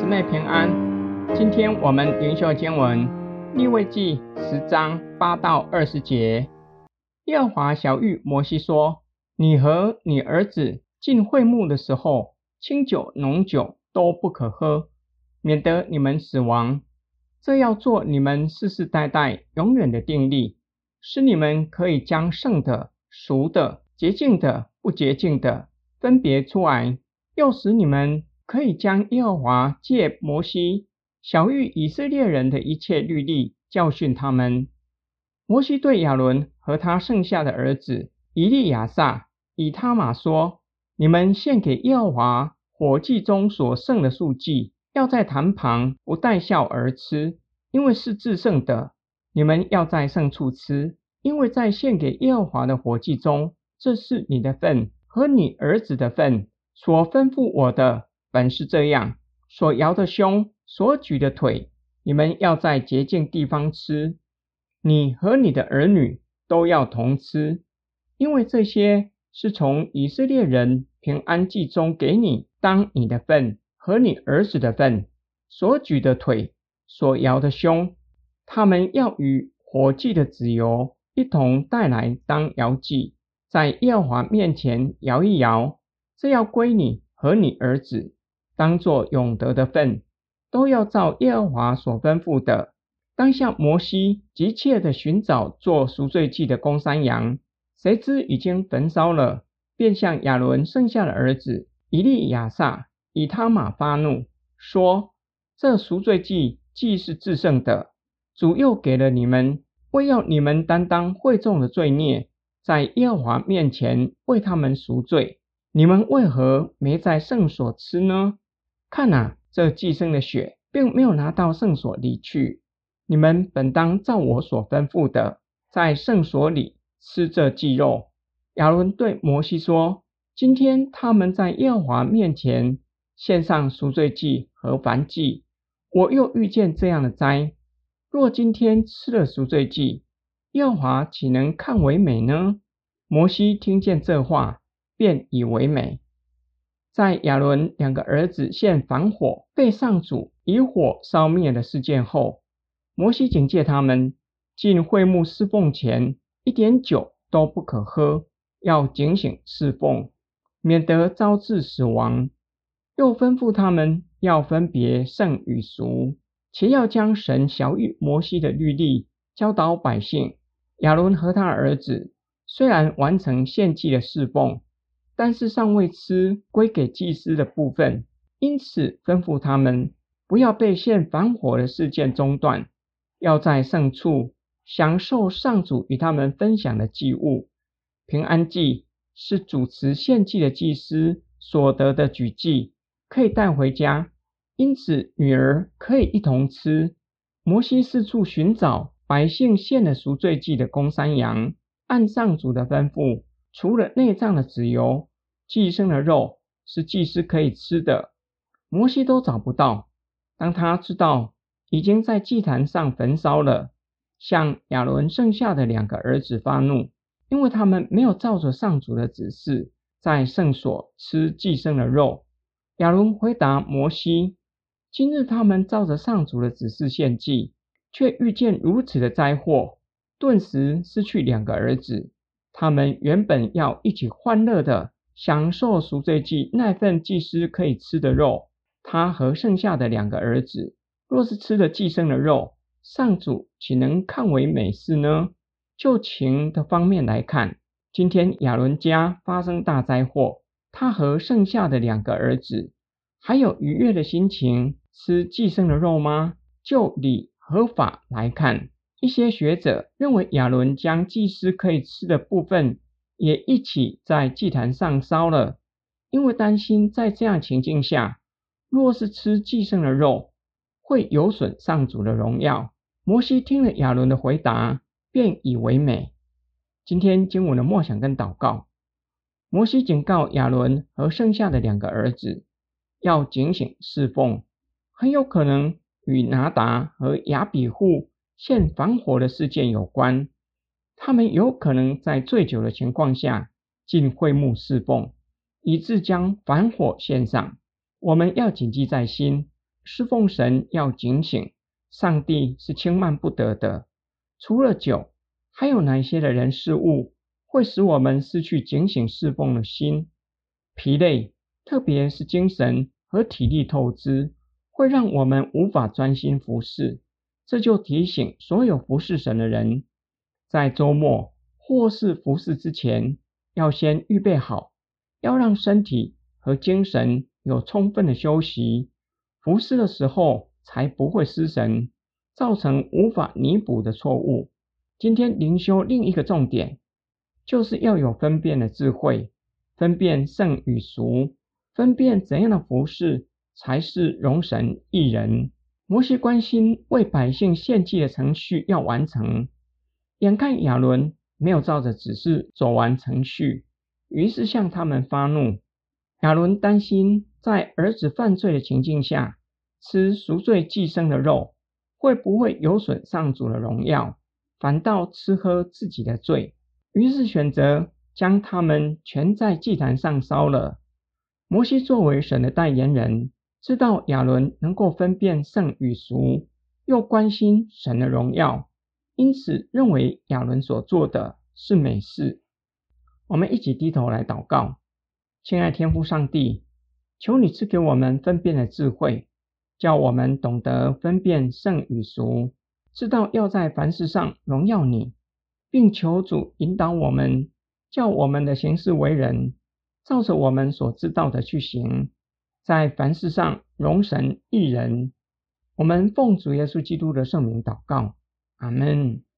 妹平安。今天我们灵修经文利未记10章8到20节。耶和华晓谕摩西说：你和你儿子进会幕的时候，清酒浓酒都不可喝，免得你们死亡。这要做你们世世代代永远的定例，使你们可以将圣的、俗的、洁净的、不洁净的分别出来，又使你们可以将耶和华借摩西晓谕以色列人的一切律例教训他们。摩西对亚伦和他剩下的儿子以利亚撒、以他玛说：你们献给耶和华火祭中所剩的素祭，要在坛旁不带笑而吃，因为是至圣的。你们要在圣处吃，因为在献给耶和华的火祭中，这是你的份和你儿子的份。所吩咐我的本是这样：所摇的胸，所举的腿，你们要在洁净地方吃。你和你的儿女都要同吃，因为这些是从以色列人平安祭中给你当你的份和你儿子的份。所举的腿，所摇的胸，他们要与火祭的脂油一同带来当摇祭，在耶和华面前摇一摇，这要归你和你儿子，当作永得的份，都要照耶和华所吩咐的。当下摩西急切地寻找做赎罪祭的公山羊，谁知已经焚烧了，便向亚伦剩下的儿子以利亚撒、以他玛发怒，说：这赎罪祭既是至圣的，主又给了你们，为要你们担当会众的罪孽，在耶和华面前为他们赎罪。你们为何没在圣所吃呢？看啊，这祭牲的血并没有拿到圣所里去。你们本当照我所吩咐的，在圣所里吃这祭肉。亚伦对摩西说：今天他们在耶和华面前献上赎罪祭和燔祭，我又遇见这样的灾。若今天吃了赎罪祭，耶和华岂能看为美呢？摩西听见这话，便以为美。在亚伦2个儿子献燔火被上主以火烧灭的事件后，摩西警戒他们，进会幕侍奉前一点酒都不可喝，要警醒侍奉，免得招致死亡。又吩咐他们要分别圣与俗，且要将神晓谕摩西的律例教导百姓。亚伦和他儿子虽然完成献祭的侍奉，但是尚未吃归给祭司的部分，因此吩咐他们不要被献燔火的事件中断，要在圣处享受上主与他们分享的祭物。平安祭是主持献祭的祭司所得的举祭，可以带回家，因此女儿可以一同吃。摩西四处寻找百姓献了赎罪祭的公山羊，按上主的吩咐，除了内脏的脂油，祭牲的肉是祭司可以吃的，摩西都找不到。当他知道已经在祭坛上焚烧了，向亚伦剩下的2个儿子发怒，因为他们没有照着上主的指示，在圣所吃祭牲的肉。亚伦回答摩西：今日他们照着上主的指示献祭，却遇见如此的灾祸，顿时失去2个儿子。他们原本要一起欢乐的享受赎罪祭那份祭司可以吃的肉，他和剩下的2个儿子若是吃了祭牲的肉，上主岂能看为美事呢？就情的方面来看，今天亚伦家发生大灾祸，他和剩下的2个儿子还有愉悦的心情吃祭牲的肉吗？就理和法来看，一些学者认为亚伦将祭司可以吃的部分也一起在祭坛上烧了，因为担心在这样情境下，若是吃祭牲的肉，会有损上主的荣耀。摩西听了亚伦的回答，便以为美。今天经文的默想跟祷告，摩西警告亚伦和剩下的2个儿子要警醒侍奉，很有可能与拿达和亚比户献燔火的事件有关。他们有可能在醉酒的情况下进会幕侍奉，以致将燔火献上。我们要谨记在心， 侍奉神要警醒，上帝是轻慢不得的。除了酒，还有哪些的人事物会使我们失去警醒侍奉的心？疲累，特别是精神和体力透支，会让我们无法专心服侍。这就提醒所有服侍神的人，在周末或是服侍之前，要先预备好，要让身体和精神有充分的休息，服侍的时候才不会失神，造成无法弥补的错误。今天灵修另一个重点，就是要有分辨的智慧，分辨圣与俗，分辨怎样的服侍才是荣神益人。摩西关心为百姓献祭的程序要完成，眼看亚伦没有照着指示走完程序，于是向他们发怒。亚伦担心在儿子犯罪的情境下，吃赎罪祭牲的肉，会不会有损上主的荣耀，反倒吃喝自己的罪，于是选择将他们全在祭坛上烧了。摩西作为神的代言人，知道亚伦能够分辨圣与俗，又关心神的荣耀，因此认为亚伦所做的是美事。我们一起低头来祷告。亲爱天父上帝，求你赐给我们分辨的智慧，叫我们懂得分辨圣与俗，知道要在凡事上荣耀你，并求主引导我们，叫我们的行事为人照着我们所知道的去行，在凡事上荣神益人。我们奉主耶稣基督的圣名祷告，阿们。